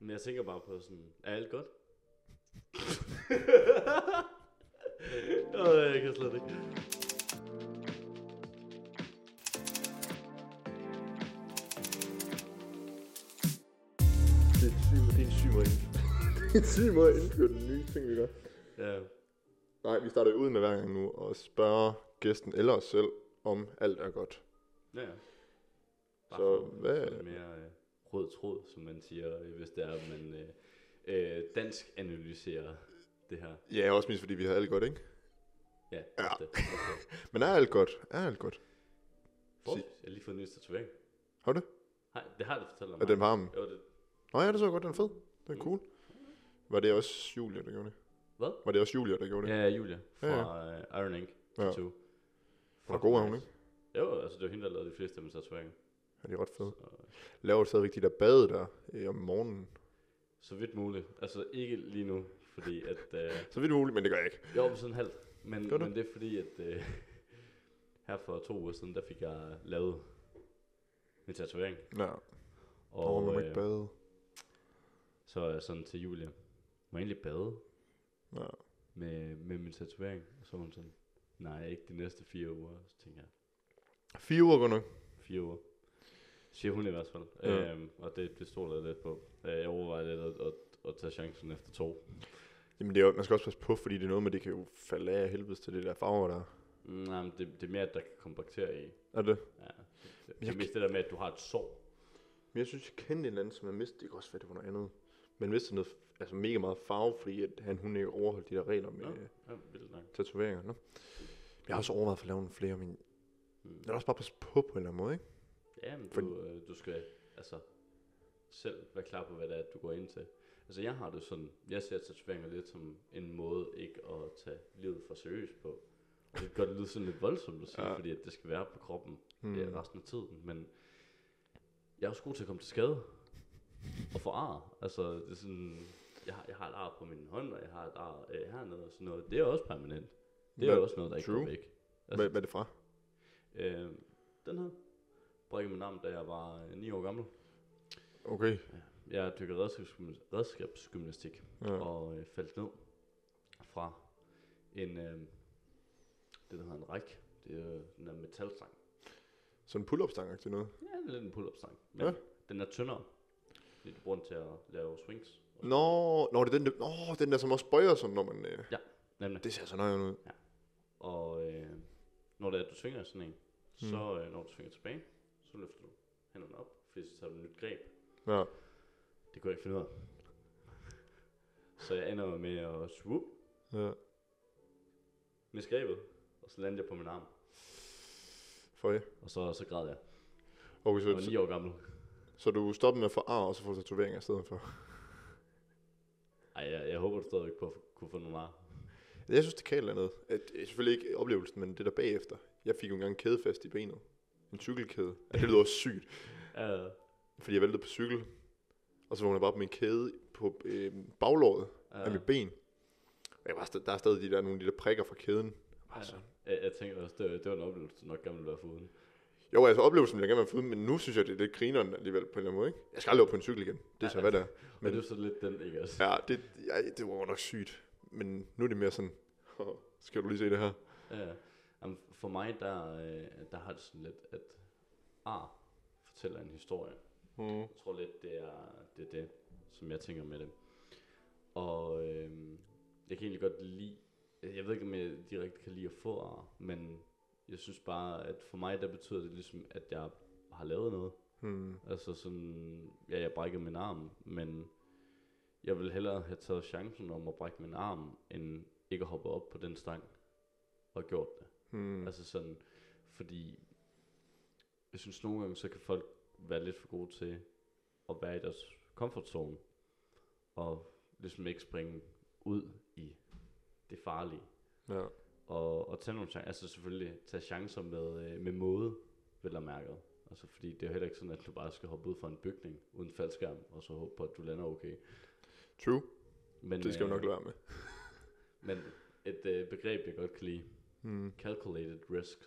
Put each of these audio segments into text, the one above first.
Men jeg tænker bare på sådan, er alt godt? Jeg kan slet ikke. Det er en syg måde det er en syg måde at indføre den nye ting, vi gør. Ja. Nej, vi starter ud med hver gang nu og spørger gæsten eller os selv, om alt er godt. Ja. Bare Så for hvad... sådan mere rød tråd, som man siger, hvis det er, at man dansk analyserer det her. Ja, også mest fordi vi har alt godt, ikke? Ja, Ja. det. Men er alt godt? Er alt godt? Jeg har lige fået en ny tatovering. Har du det? Nej, det har du fortalt om. Er den på armen? Jo, det. Nå ja, det så godt, den er fed. Den er cool. Var det også Julia, der gjorde det? Hvad? Var det også Julia, der gjorde det? Ja, Julia fra Iron Ink Tattoo. Hvor god er hun, ikke? Jo, altså det var hende, der lavede de fleste af mine tatoveringer. Ja, det er ret fedt. Laver du stadigvæk de der bade der om morgenen? Så vidt muligt. Altså ikke lige nu, fordi at... Så vidt muligt, men det gør jeg ikke. Jo, på sådan en halv. Men det er fordi, at her for 2 uger siden, der fik jeg lavet min tatovering. Ja, Og man må ikke bade. så er jeg sådan til Julia, må jeg egentlig bade Ja. med min tatovering? Og så var hun sådan, nej, ikke de næste 4 uger. Så tænker jeg, 4 uger går nok. 4 uger. Siger hun i hvert fald. Ja. Og det stod der lidt på. Jeg overvejede lidt at tage chancen efter 2. Jamen det er jo, man skal også passe på, fordi det er noget med, det kan jo falde af helvedes til det der farver der. Nej, men det er mere, at der kan komme bakterier i. Er det? Ja. Det er mest det der med, at du har et sår. Men jeg synes, jeg kendte en eller anden, som jeg mistede. Det kan også være, det var noget andet. Men mistede noget, altså mega meget farve, fordi at hun ikke overholdt de der regler med Vildt nok. tatoveringer. No? Jeg har også overvejet for at lave nogle flere, men jeg er også bare passe på en eller anden måde, ikke? Ja, men du skal altså selv være klar på, hvad det er, du går ind til. Altså jeg har det sådan, jeg ser tatoveringer lidt som en måde ikke at tage livet for seriøst på. Og det kan godt lyde sådan lidt voldsomt at sige, fordi at det skal være på kroppen resten af tiden. Men jeg er også god til at komme til skade og få ar. Altså det er sådan, jeg har et ar på min hånd, og jeg har et ar hernede og sådan noget. Det er også permanent. Det er jo også noget, der ikke går væk. Altså, hvad er det fra? Den her brækkede min arm, da jeg var 9 år gammel. Okay. Jeg dykkede redskabsgymnastik og faldt ned fra en, det der hedder en ræk. Det er den der metalstang. Sådan en pull-up-stang til noget? Ja, det er lidt en pull-up-stang. Men den er tyndere, fordi du bruger den til at lave swings. Nå, det er den der, som også bøjer sådan, når man... Ja, nemlig. Det ser så nøje ud. Ja. Og når det er, at du svinger sådan en, så når du svinger tilbage, så løfter du hænderne op, fordi så tager du et nyt greb. Ja. Det kunne jeg ikke finde ud af. Så jeg ender med at swoop med skrebet, og så lander jeg på min arm. For jer. Og så græd jeg. Okay, så Jeg var 9 år gammel. Så du stopper med at få ar, og så får du tatoveringer i stedet for? Ej, jeg håber du stadigvæk på at kunne få nogle ar. Jeg synes, det kan eller andet. Selvfølgelig ikke oplevelsen, men det der bagefter. Jeg fik jo engang en kæde fast i benet. En cykelkæde. Det lyder også sygt. Fordi jeg væltede på cykel. Og så vågnede jeg bare på min kæde på baglåret af mit ben. Og der er stadig nogle af de der prikker fra kæden. Jeg tænker også, det var en oplevelse, du nok gerne ville være foruden. Jo, altså oplevelsen vil jeg gerne være foruden, men nu synes jeg, det er lidt grineren alligevel på en eller anden måde, ikke? Jeg skal aldrig op på en cykel igen. Det er så, hvad det er. Men det er så lidt den, ikke også? Ja, det var nok sygt. Men nu er det mere sådan, skal du lige se det her? Ja. For mig, der har det sådan lidt, at ar fortæller en historie. Jeg tror lidt, det er det, som jeg tænker med det. Og jeg kan egentlig godt lide, jeg ved ikke, om jeg direkte kan lide at få ar, men jeg synes bare, at for mig, der betyder det ligesom, at jeg har lavet noget. Altså sådan, ja, jeg brækker min arm, men jeg vil hellere have taget chancen om at brække min arm, end ikke at hoppe op på den stang og gjort det. Altså sådan, fordi jeg synes nogle gange, så kan folk være lidt for gode til at være i deres comfort zone, og ligesom ikke springe ud i det farlige. Ja. Og tage nogle chancer, altså selvfølgelig tage chancer med måde, vel at mærke. Altså fordi det er jo heller ikke sådan, at du bare skal hoppe ud fra en bygning uden faldskærm, og så håbe på, at du lander okay. True. Men, det skal vi nok lade være med. Men et begreb, jeg godt kan lide. Calculated risk.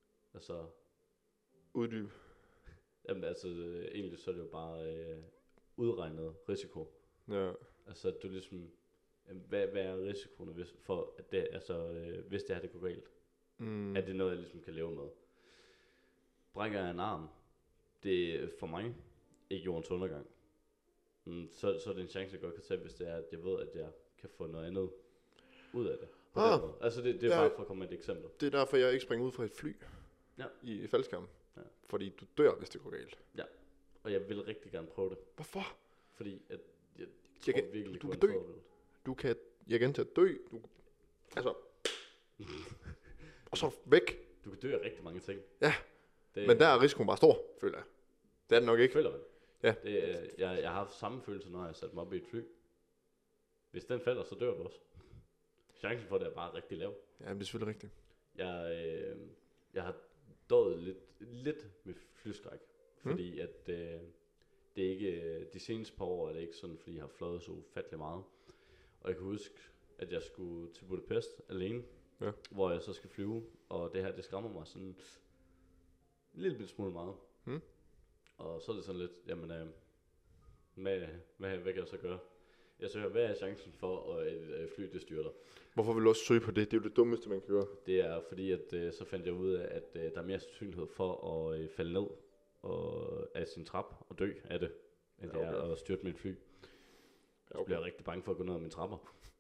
Altså... Uddyb. Jamen altså, egentlig så er det jo bare udregnet risiko. Ja. Altså, at du ligesom, hvad er risikoen for, at det, altså, hvis det her det går galt? Er det noget, jeg ligesom kan leve med? Brækker jeg en arm, det er for mig ikke jordens undergang. Så er det en chance, jeg godt kan tage, hvis det er, at jeg ved, at jeg kan få noget andet ud af det. Altså, det er bare for at komme med et eksempel. Det er derfor, jeg ikke springer ud fra et fly i faldskærm. Ja. Fordi du dør, hvis det går galt. Ja, og jeg vil rigtig gerne prøve det. Hvorfor? Fordi at jeg tror virkelig, du kan dø. Jeg kan til at dø. Altså. Og så væk. Du kan dø af rigtig mange ting. Ja, men der er risikoen bare stor, føler jeg. Det er den nok ikke. Føler man. Ja. Jeg har haft samme følelse, når jeg satte mig op i et fly. Hvis den falder, så dør du også. Chancen for det er bare rigtig lav. Ja, men det er selvfølgelig rigtigt. Jeg har døjet lidt med flyskræk. Fordi at det er ikke, de seneste par år er det ikke sådan, fordi jeg har fløjet så ufattelig meget. Og jeg kan huske, at jeg skulle til Budapest alene, hvor jeg så skal flyve, og det her, det skræmmer mig sådan en lille smule meget. Og så er det sådan lidt, jamen, hvad kan jeg så gøre? Jeg søger, hvad er chancen for, at et fly det styrter? Hvorfor vil du også søge på det? Det er jo det dummeste, man kan gøre. Det er fordi, at så fandt jeg ud af, at der er mere sandsynlighed for at falde ned af sin trap og dø af det, end det er at styrte med et fly. Så bliver jeg rigtig bange for at gå ned ad mine trapper.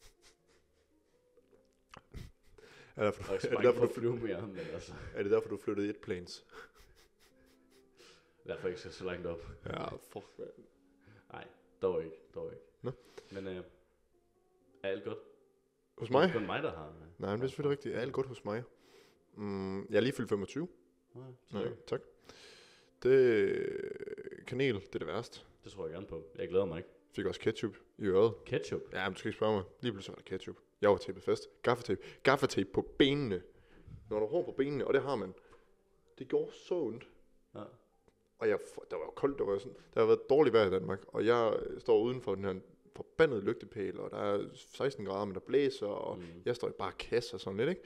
Er det derfor, du flyttede et planes? Derfor ikke så langt op. Ja, fuck man. Nej, dog ikke. Nå. Men er alt godt? Hos mig? Det er kun mig, der har... Nej, men det er selvfølgelig rigtigt. Er alt godt hos mig? Jeg er lige fyldt 25. Nej, tak. Kanel, det er det værste. Det tror jeg gerne på. Jeg glæder mig ikke. Fik også ketchup i øret. Ketchup? Ja, men du skal ikke spørge mig. Lige pludselig var der ketchup. Jeg var tapet fast. Gaffatape på benene. Når du har hår på benene, og det har man. Det gjorde så ondt. Ja. Og der var koldt, der har været dårligt vejr i Danmark, og jeg står uden for den her forbandede lygtepæl, og der er 16 grader, men der blæser, og jeg står i bare kasse og sådan lidt, ikke?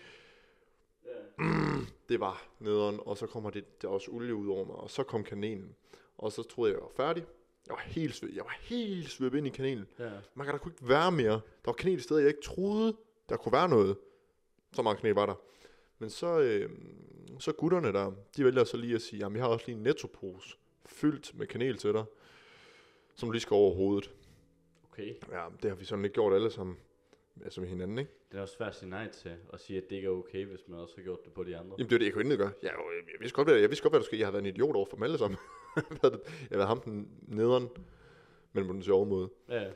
Det var nederen, og så kommer der også olie ud over mig, og så kom kanelen, og så troede jeg var færdig. Jeg var helt svøbt ind i kanelen. Ja. Man kan da kunne ikke være mere. Der var kanel i steder, jeg ikke troede, der kunne være noget. Så meget kanel var der. Men så gutterne der, de vælger så lige at sige, jamen jeg har også lige en Netto-pose fyldt med kanel til dig, som du lige skal over hovedet. Okay. Ja, det har vi sådan ikke gjort alle sammen, altså med hinanden, ikke? Det er også svært at sige nej til, og sige, at det ikke er okay, hvis man også har gjort det på de andre. Jamen det er det, jeg kunne ikke gøre. Jeg vidste godt, hvad du skal. Jeg har været en idiot over for dem alle sammen. Jeg har været ham den nederen, men på den sjove måde. Ja.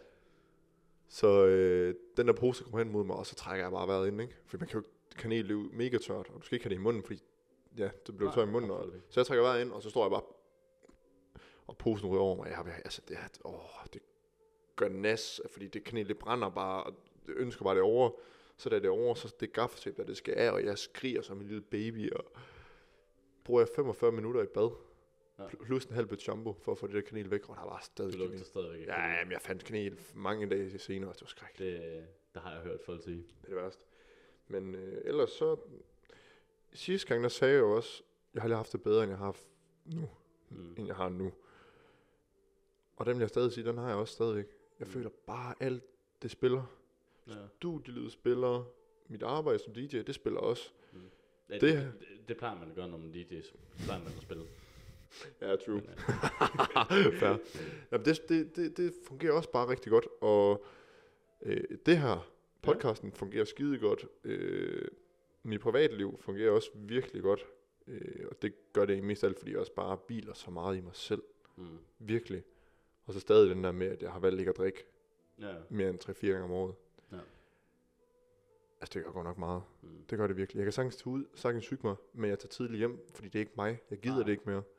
Så den der pose kommer hen mod mig, og så trækker jeg bare vejret ind, ikke? For man kan jo kanel løb mega tørt, og du skal ikke have det i munden, fordi det blev tørt i munden. Så jeg trækker vejret ind, og så står jeg bare, og posen ryger over mig. Det gør nas, fordi det kanel, det brænder bare, og det ønsker bare det over. Så da det er over, så det gaffatape, der det skal af, og jeg skriger som en lille baby, og bruger jeg 45 minutter i bad, plus en halv bøtte shampoo, for at få det der kanel væk, og der var stadig kanel. Stadigvæk. Ja, men jeg fandt kanel mange dage senere, og det var skrækkeligt. Det har jeg hørt folk sige. Det er det værste. Men ellers så, sidste gang der sagde jeg jo også, jeg har lige haft det bedre, end jeg har haft nu, end jeg har nu. Og den vil jeg stadig sige, den har jeg også stadigvæk. Jeg føler bare alt det spiller. Studielivet spiller, mit arbejde som DJ, det spiller også. Ja, det plejer man at gøre, når man DJ, så plejer man at spille. Ja, true. Fair. Jamen, det fungerer også bare rigtig godt, og det her podcasten fungerer skide godt. Mit privatliv fungerer også virkelig godt, og det gør det mest af alt, fordi jeg også bare biler så meget i mig selv. Virkelig. Og så stadig den der med, at jeg har valgt ikke at drikke mere end 3-4 gange om året. Ja. Altså det gør godt nok meget. Det gør det virkelig. Jeg kan sagtens tage ud, sagtens hygge mig, men jeg tager tidligt hjem, fordi det er ikke mig. Jeg gider det ikke mere.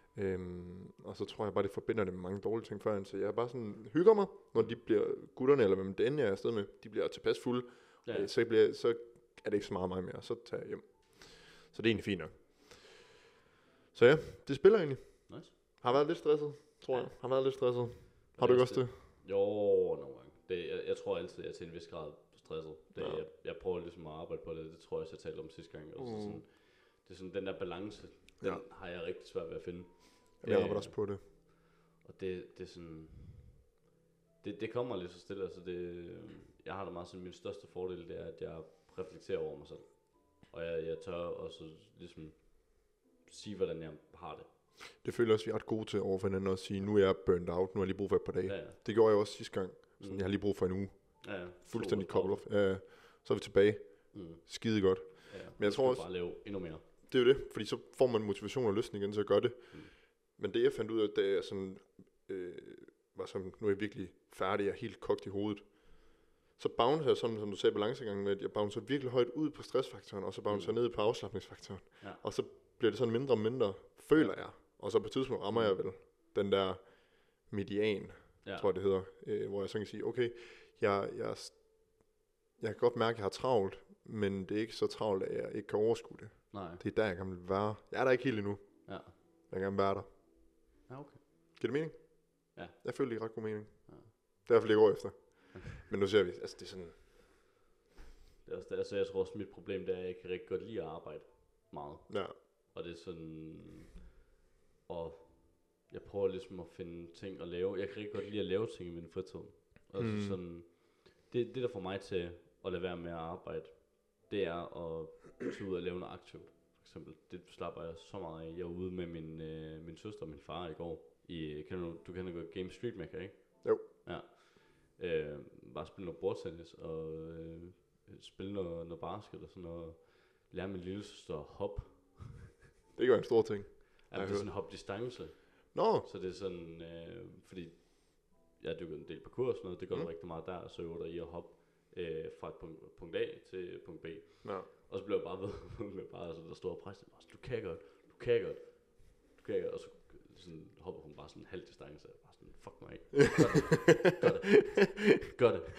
Og så tror jeg bare, det forbinder det med mange dårlige ting førhen. Så jeg bare sådan hygger mig, når de bliver gutterne, eller hvem det end jeg er afsted med, de bliver tilpas fulde. Ja. Så er det ikke så meget mig mere, så tager jeg hjem. Så det er egentlig fint nok. Så ja, det spiller egentlig. Nice. Har været lidt stresset, tror jeg. Har været lidt stresset. Har du ikke også det? Jo, nogle gange. Jeg tror altid, jeg er til en vis grad stresset. Jeg prøver ligesom at arbejde på det. Det tror jeg også, jeg talte om sidste gang. Også sådan, det er sådan den der balance, den har jeg rigtig svært ved at finde. Jeg arbejder også på det. Og det er sådan, Det kommer lidt så stille, altså jeg har da meget sådan, min største fordel, det er, at jeg reflekterer over mig selv. Og jeg tør også ligesom sige, hvordan jeg har det. Det føler jeg også, vi er ret gode til over for hinanden at sige, nu er jeg burnt out, nu har jeg lige brug for et par dage. Ja. Det gjorde jeg også sidste gang. Sådan, jeg har lige brug for en uge. Ja. Fuldstændig couple off. Så er vi tilbage. Skide godt. Ja. Men jeg tror også, bare lave endnu mere. det er jo det, fordi så får man motivation og lysten igen til at gøre det. Men det jeg fandt ud af, da jeg sådan, var sådan, nu er jeg virkelig færdig, jeg er helt kogt i hovedet. Så bouncer jeg sådan, som du sagde, balancegangen med, at jeg bouncer virkelig højt ud på stressfaktoren, og så bouncer jeg ned på afslappningsfaktoren. Ja. Og så bliver det sådan mindre og mindre, føler jeg. Og så på et tidspunkt rammer jeg vel den der median, tror jeg det hedder, hvor jeg så kan sige, okay, jeg kan godt mærke, at jeg har travlt, men det er ikke så travlt, at jeg ikke kan overskue det. Nej. Det er der, jeg gerne vil være. Jeg er der ikke helt endnu. Ja. Jeg vil gerne være der. Ja, okay. Giver det mening? Ja. Jeg føler det ret god mening. Ja. Det er i hvert fald ikke år efter. Men nu ser vi, altså det er sådan... Det er også det, altså jeg tror også, mit problem det er, at jeg kan rigtig godt lide at arbejde meget. Ja. Og det er sådan... Og jeg prøver ligesom at finde ting at lave. Jeg kan rigtig godt lide at lave ting i min fritid. Altså sådan... Det der får mig til at lade være med at arbejde, det er at tage ud og lave noget aktivt. For eksempel, det slapper jeg så meget af. Jeg var ude med min søster og min far i går. Du kender godt Game Street Maker, ikke? Jo. Ja. Bare spille noget bordtennis og spille noget basket og sådan noget. Lære min lille søster at hoppe. Det gør en stor ting. Ja, det er sådan en hop-distance. Nå. Så det er sådan, fordi jeg dykker en del på kurs og sådan noget, det gør rigtig meget der, og så øver der i at hoppe fra et punkt A til punkt B. Ja. Og så blev jeg bare ved med bare sådan, der stod og præsten, du kan godt, og så sådan hopper hun bare sådan en halv distance, og bare sådan, fuck mig af, gør det.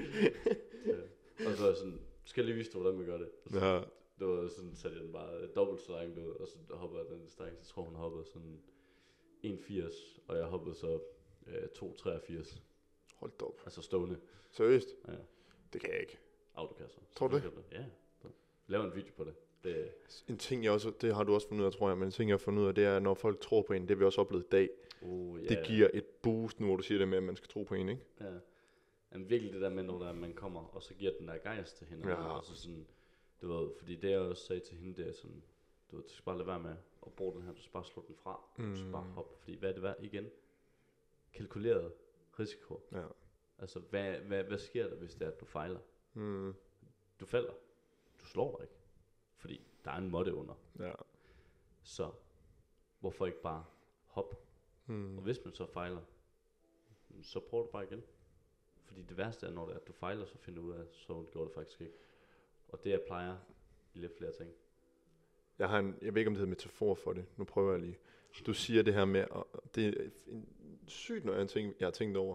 Og så er jeg sådan, skal jeg lige vise dig, hvordan man gør det. Og så, ja. Det var sådan, satte jeg den bare dobbelt så langt ud, og så hopper jeg den distance, jeg tror hun hoppede sådan 1,80, og jeg hoppede så 2,83. Hold da op. Altså stående. Seriøst? Ja. Det kan jeg ikke. Autokasser. Tror du det? Ja. Lav en video på det. En ting jeg også, det har du også fundet ud af, tror jeg, men en ting jeg har fundet ud af, det er, når folk tror på en, det har vi også oplevet i dag. Det giver et boost nu, hvor du siger det med, at man skal tro på en, ikke? Ja. Men virkelig det der med, når man kommer, og så giver den der gejst til hende. Ja. Og så sådan, du ved, fordi det jeg også sagde til hende, det er sådan, du skal bare lade være med at bruge den her, du skal bare slå den fra. Du skal bare hoppe, fordi hvad er det værd igen? Kalkuleret risiko. Ja. Altså, hvad sker der, hvis det er, at du fejler? Du falder. Du slår dig ikke. Fordi der er en måtte under. Ja. Så hvorfor ikke bare hoppe? Og hvis man så fejler, så prøver du bare igen. Fordi det værste er, når det er, at du fejler, så finder du ud af, så gjorde det faktisk ikke. Og det jeg plejer i lidt flere ting. Jeg ved ikke, om det hedder metafor for det. Nu prøver jeg lige. Du siger det her med, og det er sygt noget af en ting, jeg har tænkt over.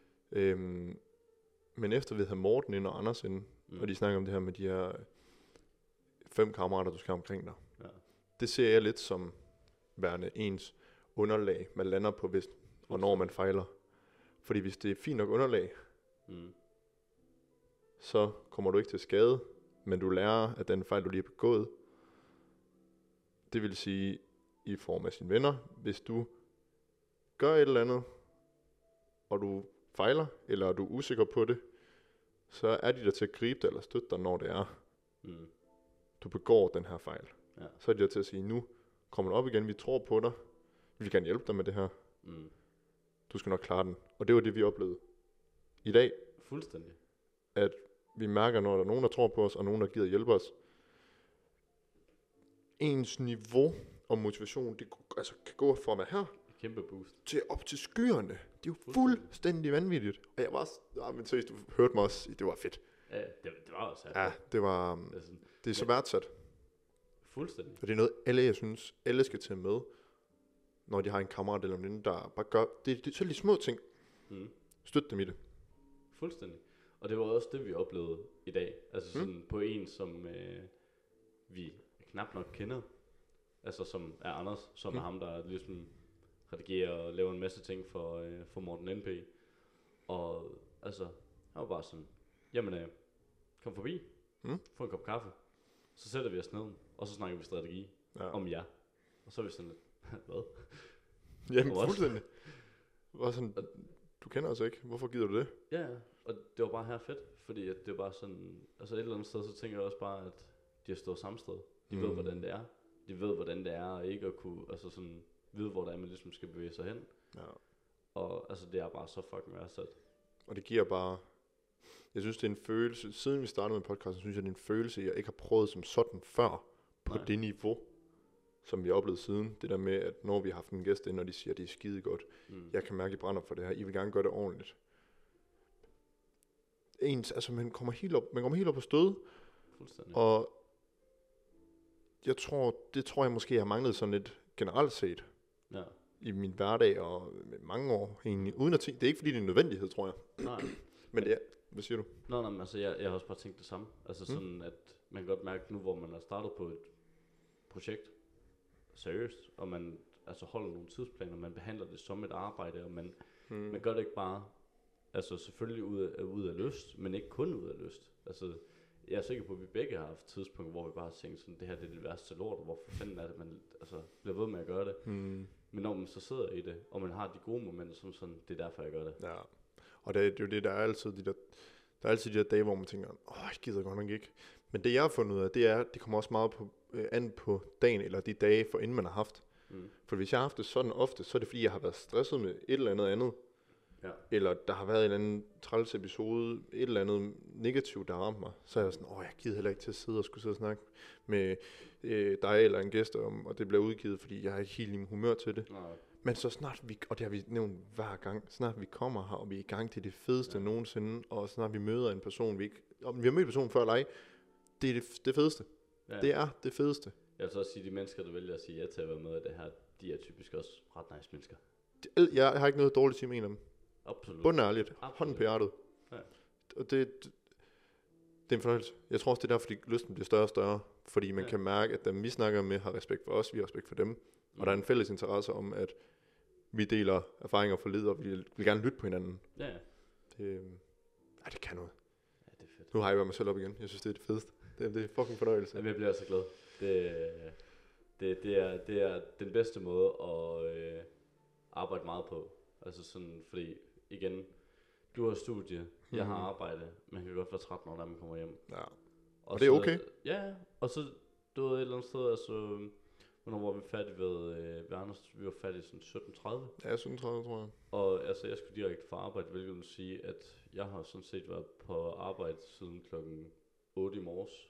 Men efter vi havde Morten ind og Anders ind, og de snakker om det her med de her 5 kammerater, du skal omkring dig. Ja. Det ser jeg lidt som værende ens underlag, man lander på, hvis og når man fejler. Fordi hvis det er fint nok underlag, så kommer du ikke til skade, men du lærer af den fejl, du lige har begået. Det vil sige, i form af sine venner, hvis du gør et eller andet, og du fejler, eller du er usikker på det, så er de der til at gribe dig, eller støtte dig, når det er, du begår den her fejl. Ja. Så er de der til at sige, nu kommer du op igen, vi tror på dig, vi vil gerne hjælpe dig med det her. Du skal nok klare den. Og det var det, vi oplevede i dag. Fuldstændig. At vi mærker, når der er nogen, der tror på os, og nogen, der gider hjælpe os. Ens niveau og motivation, det altså, kan gå fra at være her, kæmpe boost, til op til skyerne. Det er jo fuldstændig vanvittigt. Og jeg var men seriøst, du hørte mig også, det var fedt. Ja, det var også ja, det var, det er så værdsat. Fuldstændig. Og det er noget, jeg synes, alle skal tage med, når de har en kammerat eller en veninde, der bare gør, det er så de små ting. Støt dem i det. Fuldstændig. Og det var også det, vi oplevede i dag. Altså sådan på en, som vi knap nok kender. Altså som er Anders, som er ham, der ligesom redigerer og laver en masse ting for Morten NP. Og altså, han var bare sådan, jamen kom forbi, få en kop kaffe. Så sætter vi os ned, og så snakker vi strategi om jer. Og så er vi sådan lidt, hvad? Jamen fuldstændig. Var sådan, du kender os ikke. Hvorfor gider du det? Ja, og det var bare her fedt, fordi at det var bare sådan, altså et eller andet sted, så tænker jeg også bare, at de har stået samme sted. De ved, hvordan det er. De ved, hvordan det er, ikke at kunne, altså sådan, vide, hvor det er, man ligesom skal bevæge sig hen. Ja. Og altså, det er bare så fucking værdsat. Og det giver bare, jeg synes, det er en følelse, siden vi startede med podcasten, synes jeg, det er en følelse, jeg ikke har prøvet som sådan før, på det niveau, som vi har oplevet siden. Det der med, at når vi har haft en gæst ind, og de siger, at det er skide godt, jeg kan mærke, at I brænder for det her, I vil gerne gøre det ordentligt. Altså man kommer helt op på stød, og det tror jeg måske, jeg har manglet sådan lidt generelt set, i min hverdag, og mange år egentlig, uden at tænke, det er ikke fordi, det er en nødvendighed, tror jeg. Nej. Men det er, hvad siger du? Nå, men altså, jeg har også bare tænkt det samme. Altså sådan, at man kan godt mærke nu, hvor man har startet på et projekt, seriøst, og man altså holder nogle tidsplaner, man behandler det som et arbejde, og man gør det ikke bare, altså selvfølgelig ud af lyst, men ikke kun ud af lyst. Altså, jeg er sikker på, at vi begge har haft tidspunkter, hvor vi bare har tænkt sådan, det her det er det værste lort, og hvorfor fanden er det, man altså, bliver ved med at gøre det. Men når man så sidder i det, og man har de gode momenter, som sådan, det er derfor, jeg gør det. Ja, og det er jo det, der er altid de der dage, hvor man tænker, jeg gider godt nok ikke. Men det, jeg har fundet ud af, det er, det kommer også meget an på dagen, eller de dage, for inden man har haft. For hvis jeg har haft det sådan ofte, så er det fordi, jeg har været stresset med et eller andet. Ja. Eller der har været en eller anden træls episode, et eller andet negativt, der har ramt mig. Så er jeg sådan, jeg gider heller ikke til at sidde og snakke med dig eller en gæst om, og det bliver udgivet, fordi jeg er ikke helt i min humør til det. Nej. Men så snart og det har vi nævnt hver gang, snart vi kommer her, og vi er i gang til det fedeste nogensinde, og snart vi møder en person, vi har mødt personen før eller ej, det er det fedeste. Ja. Det er det fedeste. Jeg vil så også sige, de mennesker, der vælger at sige ja til at være med i det her, de er typisk også ret nice mennesker. Jeg har ikke noget dårligt til at mene om. Absolut. Bundærligt. Hånden på hjertet. Ja. Og det er en fornøjelse. Jeg tror også, det er derfor, fordi lysten bliver større og større. Fordi man kan mærke, at dem vi snakker med har respekt for os, vi har respekt for dem. Og der er en fælles interesse om, at vi deler erfaringer for lid, og vi vil gerne lytte på hinanden. Ja. Det kan noget. Ja, det er fedt. Nu har jeg mig selv op igen. Jeg synes, det er det fedeste. Det er fucking fornøjelse. Jamen, jeg bliver så glad. Det er den bedste måde at arbejde meget på. Altså sådan, fordi igen, du har studie, jeg har arbejde, man kan godt være 13 år, når man kommer hjem. Ja. Og det er okay. Ja, og så du ved et eller andet sted, altså, hvornår var vi færdige ved Anders? Vi var færdige sådan 17:30. Ja, 17:30 tror jeg. Og altså, jeg skulle direkte fra arbejde, hvilket vil sige, at jeg har sådan set været på arbejde siden klokken 8 i morges.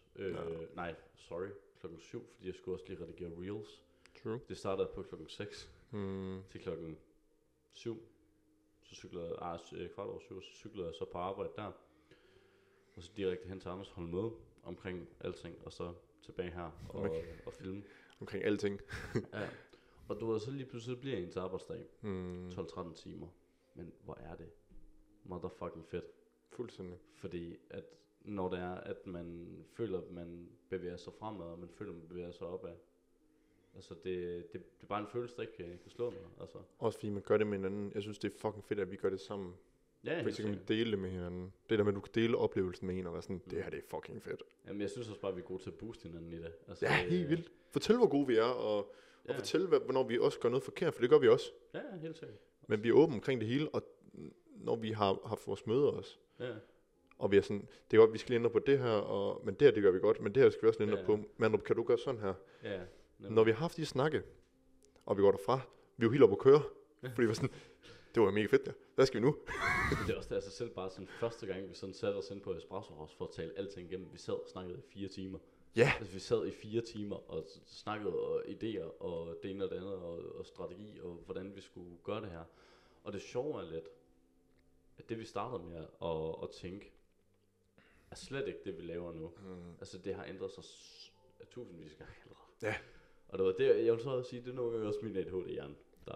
Klokken 7, fordi jeg skulle også lige redigere reels. True. Det startede på klokken 6 til klokken 7. Så cyklede jeg, kvart over 7, så cyklede jeg så på arbejde der. Og så direkte hen til Anders, holde møde omkring alting, og så tilbage her og filme. Omkring alting. Ja. Og du ved, så lige pludselig bliver ens arbejdsdag 12-13 timer. Men hvor er det motherfucking fedt. Fuldstændig. Fordi at når det er, at man føler, at man bevæger sig fremad, og man føler, at man bevæger sig opad. Altså det er bare en følelse, der ikke kan slå noget. Altså. Også fordi man gør det med hinanden. Jeg synes, det er fucking fedt, at vi gør det sammen. Ja, for så kan vi dele det med hinanden. Det der med, at du kan dele oplevelsen med en og være sådan, det her det er fucking fedt. Jamen jeg synes også bare, at vi er gode til at booste hinanden i det. Altså, ja, helt vildt. Fortæl, hvor gode vi er, og fortæl, hvornår vi også gør noget forkert, for det gør vi også. Ja, helt sikkert. Men vi er åbne omkring det hele, og når vi har haft vores møder også. Ja. Og vi er sådan, det er godt, vi skal ændre på det her, men det her, det gør vi godt, men det her skal vi også ændre på. Men kan du gøre sådan her? Ja. Når vi har haft de snakke, og vi går derfra, vi er jo helt oppe at køre, fordi vi var sådan, det var mega fedt der. Hvad skal vi nu? Det er også altså selv bare sådan første gang, vi sådan satte os ind på Espresso House for at tale alting igennem. Vi sad og snakkede i 4 timer. Ja. Altså vi sad i 4 timer og snakkede og idéer og det ene og det andet og strategi og hvordan vi skulle gøre det her. Og det sjove er lidt, at det vi startede med at tænke, er slet ikke det vi laver nu. Altså det har ændret sig tusindvis af gange allerede. Ja. Og det var det, jeg vil så også sige, det er nogle gange også min ADHD-hjerne.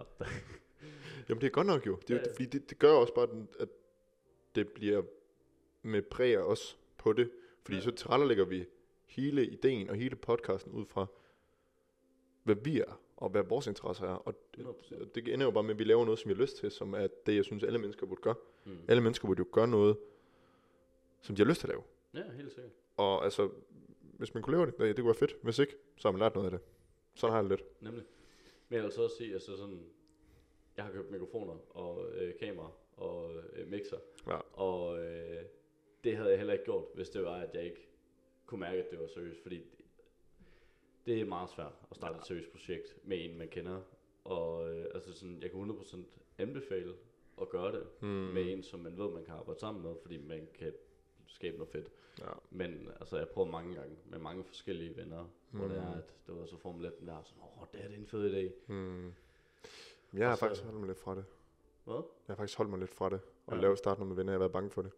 Jamen det er godt nok jo. Fordi det gør også bare, at det bliver med præg af os på det. Fordi så tilrettelægger vi hele ideen og hele podcasten ud fra, hvad vi er, og hvad vores interesser er. Og det ender jo bare med, at vi laver noget, som vi har lyst til, som er det, jeg synes, alle mennesker burde gøre. Alle mennesker burde jo gøre noget, som de har lyst til at lave. Ja, helt sikkert. Og altså, hvis man kunne lave det, det kunne være fedt. Hvis ikke, så har man lært noget af det. Sådan har jeg det lidt. Nemlig. Men jeg vil så også sige, altså sådan, jeg har købt mikrofoner og kamera og mixer. Ja. Og det havde jeg heller ikke gjort, hvis det var, at jeg ikke kunne mærke, at det var seriøst. Fordi det er meget svært at starte et seriøst projekt med en, man kender. Og altså sådan, jeg kan 100% anbefale at gøre det med en, som man ved, man kan arbejde sammen med, fordi man kan skabe noget fedt. Ja. Men altså, jeg prøvede mange gange med mange forskellige venner, hvor det er, at det var så Formel 1, der er sådan, det er en fed idé. Jeg har faktisk holdt mig lidt fra det. Hvad? Jeg har faktisk holdt mig lidt fra det, og lave starte noget med venner, jeg har været bange for det.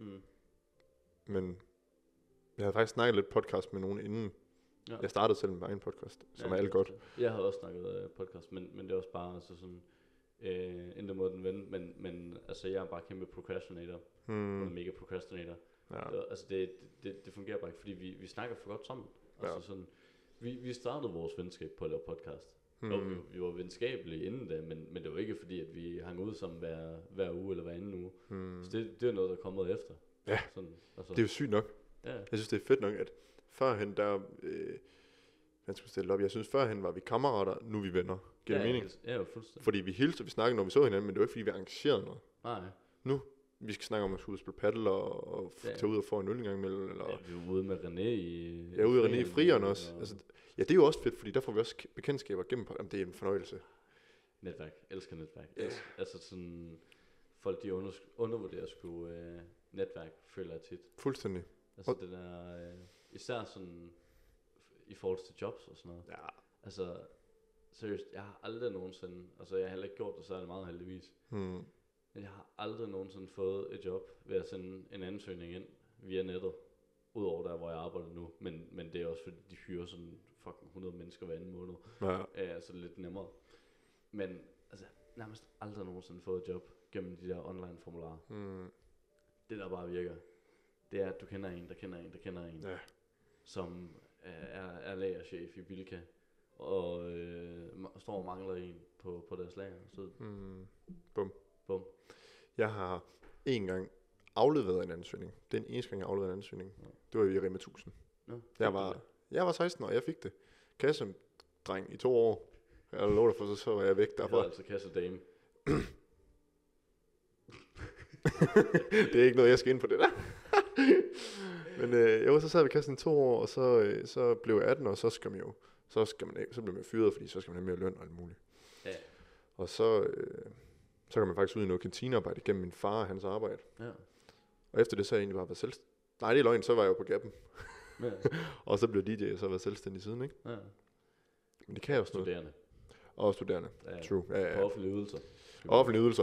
Men jeg havde faktisk snakket lidt podcast med nogen inden. Ja. Jeg startede selv med egen podcast, som er alt godt. Jeg havde også snakket podcast, men det er også bare altså sådan, endda mod den ven, men altså jeg er bare kæmpe procrastinator, mega procrastinator. Ja. Det fungerer bare ikke, fordi vi snakker for godt sammen. Altså sådan, vi startede vores venskab på at lave podcast. Og vi var venskabelige inden da, men det var ikke fordi, at vi hang ud sammen hver uge eller hver anden uge. Så det er noget, der er kommet efter. Ja, sådan, altså. Det er jo sygt nok. Ja. Jeg synes, det er fedt nok, at førhen der... man skulle stille op. Jeg synes, førhen var vi kammerater, nu er vi venner. Giver det mening? Ja, fuldstændig. Fordi vi hilste, og vi snakkede, når vi så hinanden, men det var ikke, fordi vi arrangerede noget. Nej. Nu, vi skal snakke om at skulle spille paddle og tage ud og få en øl en gang imellem. Eller... Ja, vi er ude med René i... Ja, ude med René i frieren også. Altså, ja, det er jo også fedt, fordi der får vi også bekendtskaber gennem på. Jamen, det er en fornøjelse. Netværk. Elsker netværk. Altså sådan... Folk, de undervurderer sgu netværk, føler jeg tit. Fuldstændig. Altså det der... især sådan... I forhold til jobs og sådan noget. Ja. Altså... Seriøst, jeg har aldrig nogensinde... Altså, jeg har heller ikke gjort det særlig meget heldigvis. Men jeg har aldrig nogensinde fået et job ved at sende en ansøgning ind via nettet. Udover der, hvor jeg arbejder nu. Men det er også fordi, de hyrer sådan fucking 100 mennesker hver anden måned. Ja. Så det er lidt nemmere. Men altså, nærmest aldrig nogensinde fået et job gennem de der online formularer. Det der bare virker, det er, at du kender en, der kender en. Ja. Som er lagerchef i Bilka. Og står og mangler en på deres lager. Så Bum. Jeg har en gang afleveret en ansøgning. Det er den eneste gang, jeg afleverede en ansøgning. Ja. Det var i Rema 1000. Ja, jeg var 16 år, jeg fik det. Kassedreng i 2 år. Jeg lover dig for, så var jeg væk derfra. Jeg altså kassedame. Det er ikke noget, jeg skal ind på det der. Men så sad vi i kassen i 2 år, og så blev jeg 18, og så skal man jo... Så bliver man fyret, fordi så skal man have mere løn og alt muligt. Ja. Og så kan man faktisk ud i noget kantinearbejde gennem min far og hans arbejde. Ja. Og efter det så har jeg egentlig bare været selvstændig. Nej, det er løgn, så var jeg jo på Gappen. Ja. Og så blev DJ, og så var jeg selvstændig siden, ikke? Ja. Men det kan jeg også noget. Studerende. Og studerende. Ja. True. Ja. På offentlige ydelser. Offentlige ydelser.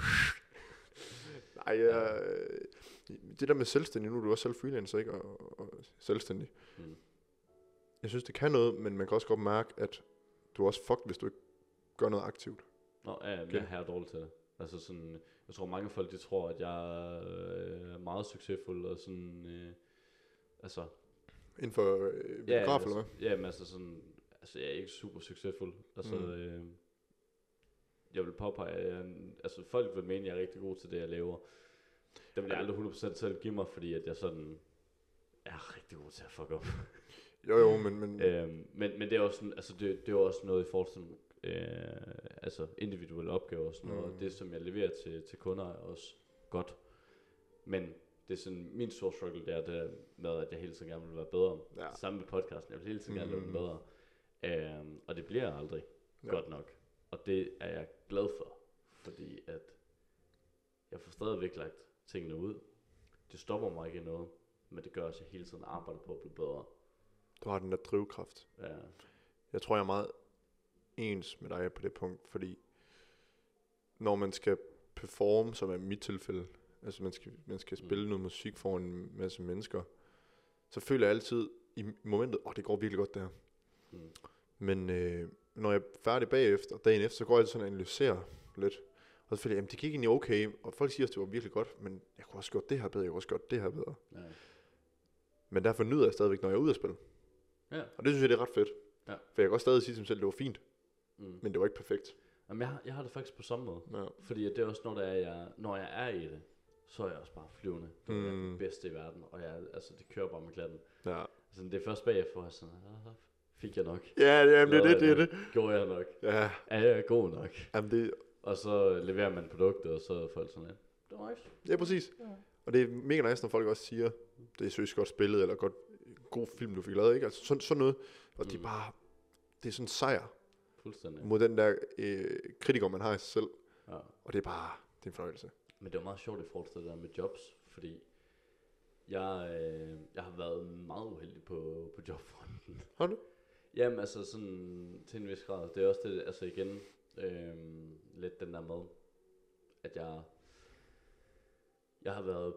Nej, det der med selvstændig, nu er du også selv freelancer, ikke? Og selvstændig. Jeg synes, det kan noget, men man kan også godt mærke, at du er også fucked, hvis du ikke gør noget aktivt. Jeg er dårlig til det. Altså sådan, jeg tror mange folk, de tror, at jeg er meget succesfuld, og sådan, altså... Inden for videograf, eller hvad? Ja, men altså sådan, jeg er ikke super succesfuld. Altså, jeg vil påpege, altså folk vil mene, at jeg er rigtig god til det, jeg laver. Det vil jeg aldrig 100% selv give mig, fordi at jeg sådan er rigtig god til at fuck op. Jo, men det er også sådan, altså det er også noget i forhold til altså individuelle opgaver og sådan noget. Det som jeg leverer til kunder er også godt. Men det er sådan min store struggle, det er det med, at jeg hele tiden gerne vil være bedre. Ja. Sammen med podcasten, jeg vil hele tiden gerne lave den bedre. Og det bliver aldrig godt nok. Og det er jeg glad for, fordi at jeg får stadigvæk lagt tingene ud. Det stopper mig ikke i noget, men det gør også, at jeg hele tiden arbejder på at blive bedre. Du har den der drivkraft. Ja. Jeg tror, jeg er meget ens med dig på det punkt, fordi når man skal performe, som er mit tilfælde, altså man skal spille noget musik for en masse mennesker, så føler jeg altid i momentet, det går virkelig godt det her. Men når jeg er færdig bagefter, dagen efter, så går jeg altid sådan og analyserer lidt. Og så føler jeg, det gik egentlig okay, og folk siger, at det var virkelig godt, men jeg kunne også gjort det her bedre, jeg kunne også gjort det her bedre. Ja. Men derfor nyder jeg stadigvæk, når jeg er ude at spille. Ja. Og det synes jeg, det er ret fedt. Ja. For jeg kan også stadig sige til mig selv, at det var fint, men det var ikke perfekt. Jamen, jeg har det faktisk på samme måde. Ja. Fordi det er også, når jeg er i det, så er jeg også bare flyvende. Det er det bedste i verden, og det kører bare med klatten. Ja. Altså, det er først bagefter, at sådan, fik jeg nok. Ja, det er det. Gjorde jeg nok? Ja. Er jeg god nok? Jamen, Og så leverer man produktet, og så er folk sådan lidt, det var nice. Ja, præcis. Ja. Og det er mega nice, når folk også siger, det er seriøst godt spillet, eller god film, du fik lavet, ikke? Altså sådan noget. Og det er bare, det er sådan en sejr. Fuldstændig. Mod den der kritiker, man har i sig selv. Ja. Og det er bare, det er en fornøjelse. Men det var meget sjovt i forhold til det der med jobs, fordi jeg har været meget uheldig på jobfronten. Har du? Jamen altså sådan til en vis grad. Det er også det, altså igen, lidt den der med, at jeg har været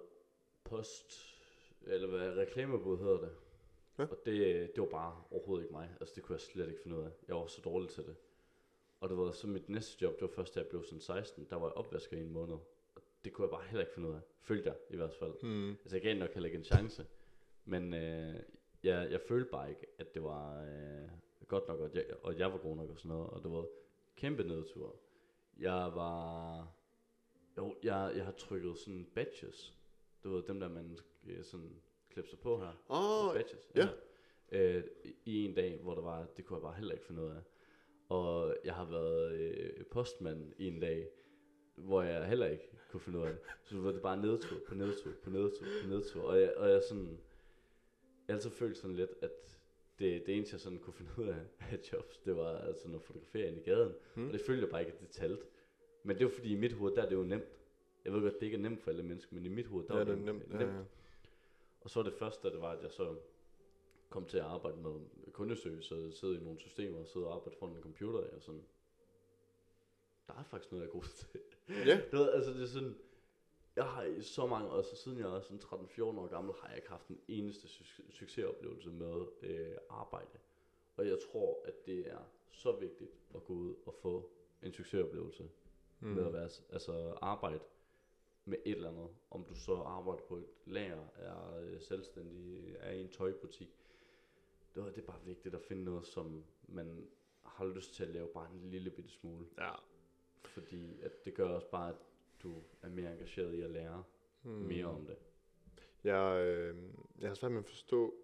eller hvad reklamebud hedder det. Ja. Og det var bare overhovedet ikke mig. Altså det kunne jeg slet ikke finde ud af. Jeg var så dårlig til det. Og det var så mit næste job, det var først da jeg blev sådan 16, der var jeg opvasker i en måned. Og det kunne jeg bare heller ikke finde ud af. Følte jeg i hvert fald. Altså jeg gav nok heller ikke en chance. Men jeg følte bare ikke, at det var godt nok, og jeg var god nok og sådan noget. Og det var kæmpe nedtur. Jeg har trykket sådan badges. Det var dem der, man sådan klipser på her. Badges. Ja. I en dag, hvor det kunne jeg bare heller ikke finde ud af. Og jeg har været postmand i en dag, hvor jeg heller ikke kunne finde ud af det. Så det var det bare nedtur. Og jeg sådan, jeg altid følte sådan lidt, at det eneste jeg sådan kunne finde ud af jobs, det var altså at fotografere ind i gaden. Og det følte jeg bare ikke, at det talte. Men det var fordi i mit hoved, der er det jo nemt. Jeg ved godt, det ikke er nemt for alle mennesker, men i mit hoved, der var det nemt. Ja. Og så det første, det var, at jeg så kom til at arbejde med kundeservice, og sidde i nogle systemer, og sidde og arbejde foran en computer, og sådan, der er faktisk noget, jeg er god til. Ja. Altså det er sådan, jeg har i så mange år, så siden jeg er sådan 13-14 år gammel, har jeg ikke haft den eneste succesoplevelse med arbejde. Og jeg tror, at det er så vigtigt at gå ud og få en succesoplevelse med at være, altså arbejde med et eller andet. Om du så arbejder på et lager, er selvstændig, er i en tøjbutik. Det er bare vigtigt at finde noget, som man har lyst til at lave bare en lille bitte smule. Ja. Fordi at det gør også bare, at du er mere engageret i at lære mere om det. Jeg har svært med at forstå,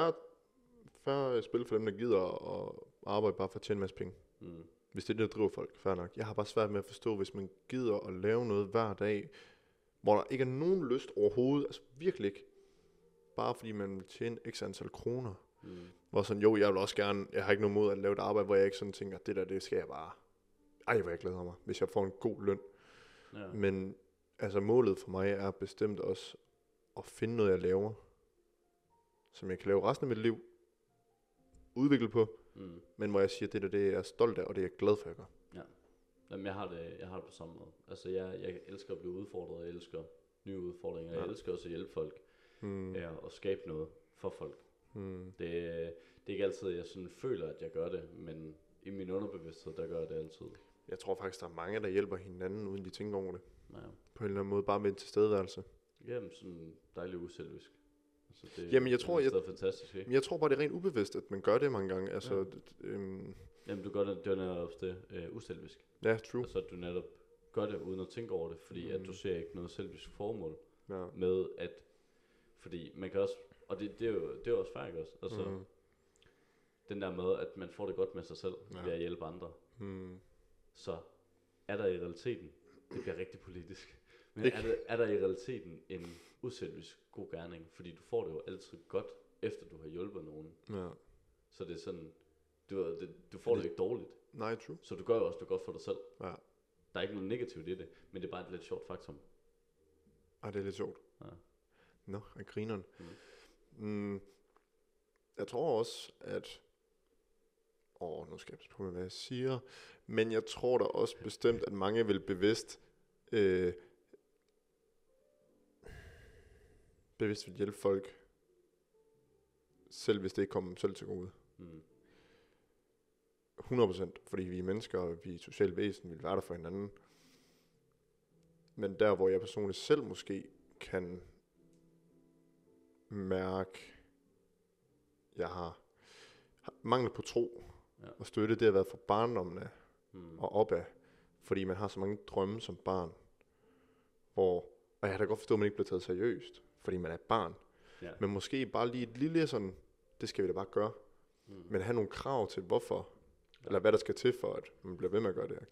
før spil for dem, der gider at arbejde bare for at tjene en masse penge. Hvis det er det, der driver folk, fair nok. Jeg har bare svært med at forstå, hvis man gider at lave noget hver dag, hvor der ikke er nogen lyst overhovedet, altså virkelig ikke, bare fordi man vil tjene x antal kroner. Hvor sådan, jo, jeg vil også gerne, jeg har ikke noget mod at lave et arbejde, hvor jeg ikke sådan tænker, det skal jeg bare, hvor jeg glæder mig, hvis jeg får en god løn. Ja. Men altså målet for mig er bestemt også at finde noget, jeg laver, som jeg kan lave resten af mit liv, udvikle på, men hvor jeg siger, det er jeg stolt af, og det er jeg glad for, at jeg gør. Ja. Jamen, jeg har det på samme måde. Altså, jeg elsker at blive udfordret, jeg elsker nye udfordringer, jeg elsker også at hjælpe folk, og skabe noget for folk. Det er ikke altid, jeg sådan føler, at jeg gør det, men i min underbevidsthed, der gør jeg det altid. Jeg tror faktisk, der er mange, der hjælper hinanden, uden de tænker over det. Ja. På en eller anden måde, bare med en tilstedeværelse. Jamen, sådan dejligt uselvisk. Altså, jamen, jeg tror, fantastisk, ikke? Jeg tror bare, det er rent ubevidst, at man gør det mange gange. Altså, jamen, du gør det er netop uselvisk. Ja, true. Altså, at du netop gør det, uden at tænke over det, fordi at du ser ikke noget selvisk formål med at, fordi man kan også, og det er jo også færdigt også, altså, den der med, at man får det godt med sig selv, ved at hjælpe andre. Så er der i realiteten, det bliver rigtig politisk, men er der i realiteten en uselvisk god gerning, fordi du får det jo altid godt, efter du har hjulpet nogen. Ja. Så det er sådan, du får det ikke dårligt. Nej, true. Så du gør jo også det godt for dig selv. Ja. Der er ikke noget negativt i det, men det er bare et lidt sjovt faktum. Det er lidt sjovt. Ja. Nå, af grineren. Jeg tror også, at nu skal jeg på med, hvad jeg siger, men jeg tror da også bestemt, at mange vil bevidst vil hjælpe folk, selv hvis det ikke kommer dem selv til gode. 100%, fordi vi er mennesker, og vi er et socialt væsen, vi vil være der for hinanden. Men der, hvor jeg personligt selv måske kan mærke, jeg har mangel på tro og støtte, det har været for barndommen og opad, fordi man har så mange drømme som barn, og jeg kan da godt forstå, at man ikke bliver taget seriøst, fordi man er et barn, men måske bare lige et lille sådan, det skal vi da bare gøre, men have nogle krav til hvorfor, eller hvad der skal til for, at man bliver ved med at gøre det, ikke?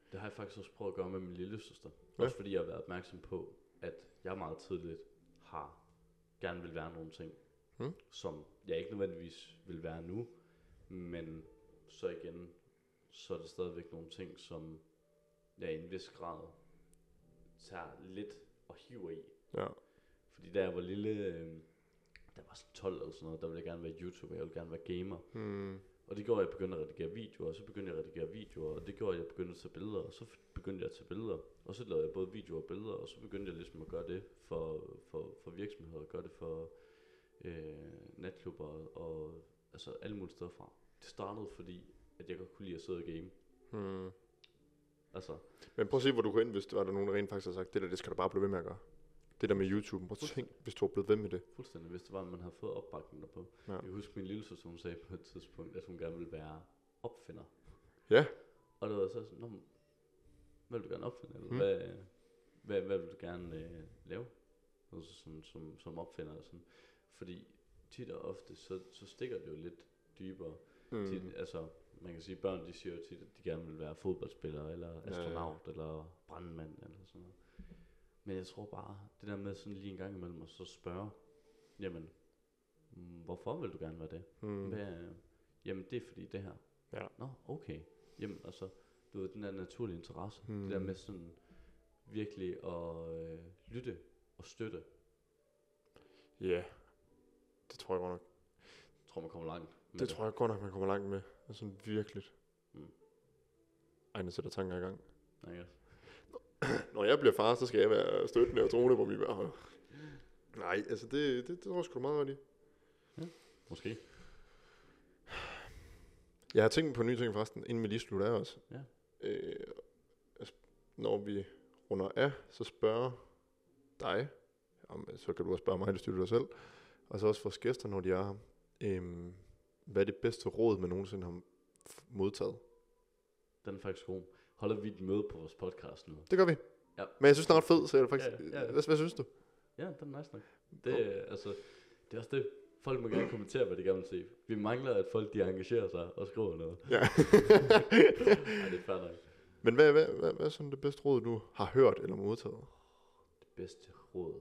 Det har jeg faktisk også prøvet at gøre med min lille søster. Ja. Også fordi jeg har været opmærksom på, at jeg meget tidligt har gerne vil være nogle ting, som jeg ikke nødvendigvis vil være nu, men så igen, så er det stadigvæk nogle ting, som jeg i en vis grad tager lidt og hiver i. Ja. Fordi da jeg var lille, der var sådan 12 eller sådan noget, der ville jeg gerne være YouTuber, jeg ville gerne være gamer. Og det gjorde, at jeg begyndte at redigere videoer, og så begyndte jeg at redigere videoer, og det gjorde, at jeg begyndte at tage billeder, og så begyndte jeg at tage billeder, og så lavede jeg både videoer og billeder, og så begyndte jeg ligesom at gøre det for virksomheder, gøre det for natklubber, og altså alle mulige steder fra. Det startede fordi, at jeg godt kunne lide at sidde og game. Altså. Men prøv at se, hvor du går ind, hvis der var der nogen, der rent faktisk har sagt, det skal du bare blive ved med at gøre. Det der med YouTube, prøv at tænk, hvis du var blevet ved med det. Fuldstændig, hvis det var, at man havde fået opbakning derpå. Ja. Jeg husker min lille søster, hun sagde på et tidspunkt, at hun gerne ville være opfinder. Ja. Og det var så sådan, hvad vil du gerne opfinde? Eller hvad vil du gerne lave? Altså som opfinder og sådan. Fordi tit og ofte, så stikker det jo lidt dybere. Tit, altså, man kan sige, børn de siger jo tit, at de gerne vil være fodboldspiller, eller astronaut, eller brandmand, eller sådan noget. Men jeg tror bare, det der med sådan lige en gang imellem at så spørge, jamen, hvorfor vil du gerne være det? Jamen, det er fordi det her. Ja. Nå, okay. Jamen, altså, du ved, den der naturlige interesse. Det der med sådan virkelig at lytte og støtte. Ja, yeah. Det tror jeg godt nok. Jeg tror, man kommer langt med det. Tror jeg godt nok, man kommer langt med. Altså virkelig. Ej, nu sætter tanker i gang. Okay. Når jeg bliver far, så skal jeg være støttende og troende på mit børn. Nej, altså det tror jeg sgu meget godt i. Ja, måske. Jeg har tænkt på nye ting forresten, inden vi lige slutter af os. Ja. Når vi runder af, så spørger dig, så kan du også spørge mig, det styrer dig selv, og så også vores gæster, når de er her, hvad er det bedste råd, man nogensinde har modtaget? Den er faktisk god. Holder vi et møde på vores podcast nu? Det gør vi. Ja. Men jeg synes, den er ret fed, så jeg faktisk... Ja. Hvad synes du? Ja, den er nice nok. Det er også det. Folk må gerne kommentere, hvad de gerne vil se. Vi mangler, at folk de engagerer sig og skriver noget. Ja. Ej, det er fair nok. Men hvad er sådan det bedste råd, du har hørt eller modtaget? Det bedste råd?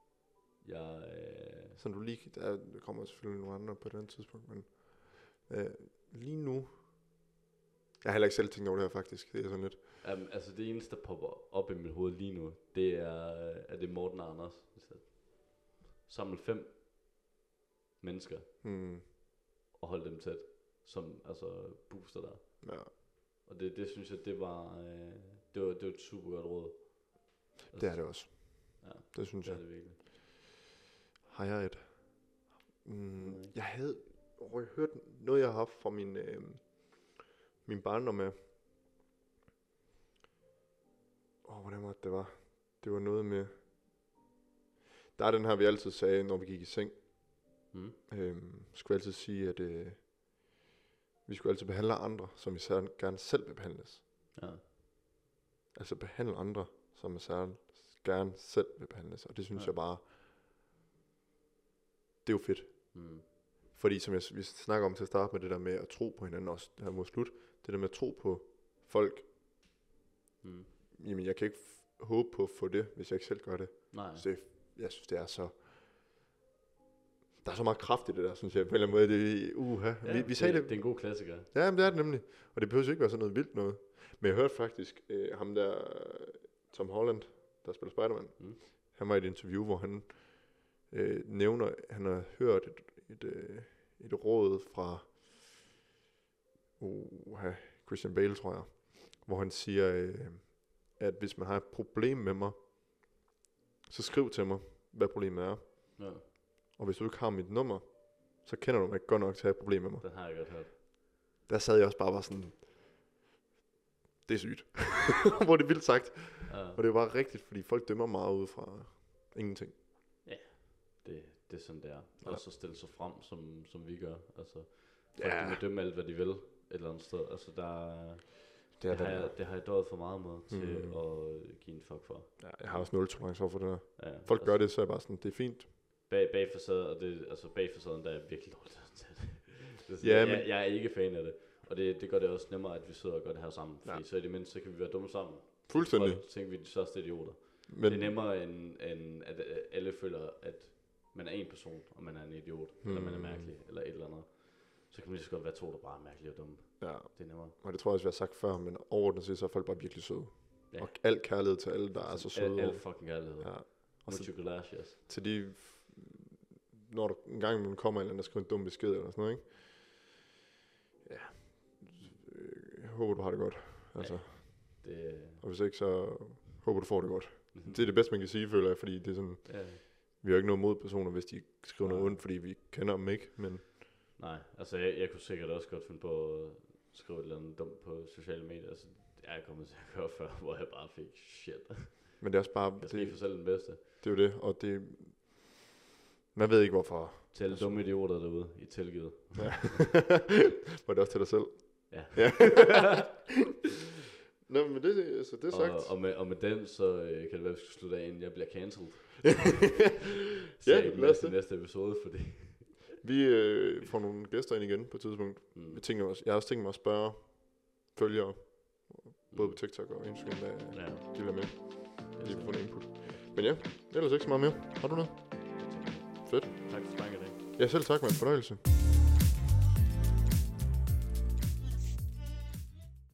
Så du lige... Der kommer selvfølgelig nogle andre på et andet tidspunkt, men... lige nu... Jeg har heller ikke selv tænkt over det her faktisk. Det er sådan lidt... Altså det eneste, der popper op i mit hoved lige nu, det er det Morten og Anders. Samle 5 mennesker og holde dem tæt, som altså booster der. Ja. Og det synes jeg, det var et super godt råd. Altså, det er det også. Ja, det synes jeg. Det er det virkelig. Har jeg et? Jeg havde hørt noget, jeg har haft fra min barndom med. Hvordan var det var? Det var noget med... Der er den her, vi altid sagde, når vi gik i seng. Skulle altid sige, at vi skulle altid behandle andre, som vi gerne selv vil behandles. Ja. Altså behandle andre, som vi gerne selv vil behandles. Og det synes jeg bare... Det er jo fedt. Fordi som vi snakker om til at starte med, det der med at tro på hinanden også, det her mod slut, det der med at tro på folk. Jamen jeg kan ikke håbe på at få det, hvis jeg ikke selv gør det. Nej. Så jeg synes det er så... Der er så meget kraft i det der, synes jeg. På en eller anden måde, ja, vi sagde det. Det er en god klassiker. Ja, men det er det nemlig. Og det behøver ikke være sådan noget vildt noget. Men jeg hørte faktisk ham der, Tom Holland, der spiller Spider-Man. Han var i et interview, hvor han nævner, han har hørt et råd fra Christian Bale, tror jeg. Hvor han siger, at hvis man har et problem med mig, så skriv til mig, hvad problemet er. Ja. Og hvis du ikke har mit nummer, så kender du mig ikke godt nok til at have et problem med mig. Den har jeg godt hørt. Der sad jeg også bare sådan, det er sygt. Hvor det er vildt sagt. Ja. Og det er bare rigtigt, fordi folk dømmer meget ud fra ingenting. Ja, det er sådan det er. Og så stille sig frem, som vi gør. Altså, folk de må dømme alt, hvad de vil et eller andet sted. Altså, det har jeg døjet for meget med til at give en fuck for. Ja, jeg har også 0 tolerance over for det der. Ja, folk gør det, så er jeg bare sådan, det er fint. Bag facaden, og bag facaden, der er jeg virkelig dårligt til det. Ja, jeg er ikke fan af det. Og det gør det også nemmere, at vi sidder og gør det her sammen. Fordi så i det mindste, så kan vi være dumme sammen. Fuldstændig. Så tænker vi de største idioter. Men det er nemmere, end at alle føler, at man er en person, og man er en idiot, eller man er mærkelig, eller et eller andet. Så kan man lige så godt være to, der bare er mærkelige og dumme. Ja. Det er nemmere. Og det tror jeg også, vi har sagt før, men overordnet set, så er folk bare virkelig søde. Ja. Og al kærlighed til alle, der er så søde. Al fucking kærlighed. Ja. Og så gracias. Til de, når du en gang man kommer eller der skriver en dum besked eller sådan noget, ikke? Ja. Jeg håber, du har det godt. Altså. Ja, og hvis ikke, så håber du får det godt. Det er det bedste, man kan sige, føler jeg, fordi det er sådan... Ja. Vi har ikke noget mod personer, hvis de skriver noget ondt, fordi vi kender dem ikke, men... Nej, altså jeg kunne sikkert også godt finde på at skrive et eller andet dumt på sociale medier. Altså, jeg er kommet til at gøre før, hvor jeg bare fik shit. Men det er også bare... Jeg skal ikke for selv den bedste. Det er jo det, og det... Man ved ikke hvorfor. Til alle dumme idioter derude i tilgivet. Ja. Var det også til dig selv? Ja. Ja. Nå, men det, altså, det er sagt. Og med den, så kan det være, at vi skal slutte af, inden jeg bliver cancelled. Ja, lad os det. Næste episode, fordi... Vi får nogle gæster ind igen på et tidspunkt. Jeg har også tænkt mig at spørge følgere, både på TikTok og Instagram, hvad de vil med. Lige få en input. Men ja, ellers ikke så meget mere. Har du noget? Fedt. Tak for snakken i dag. Ja, selv tak, med en fornøjelse.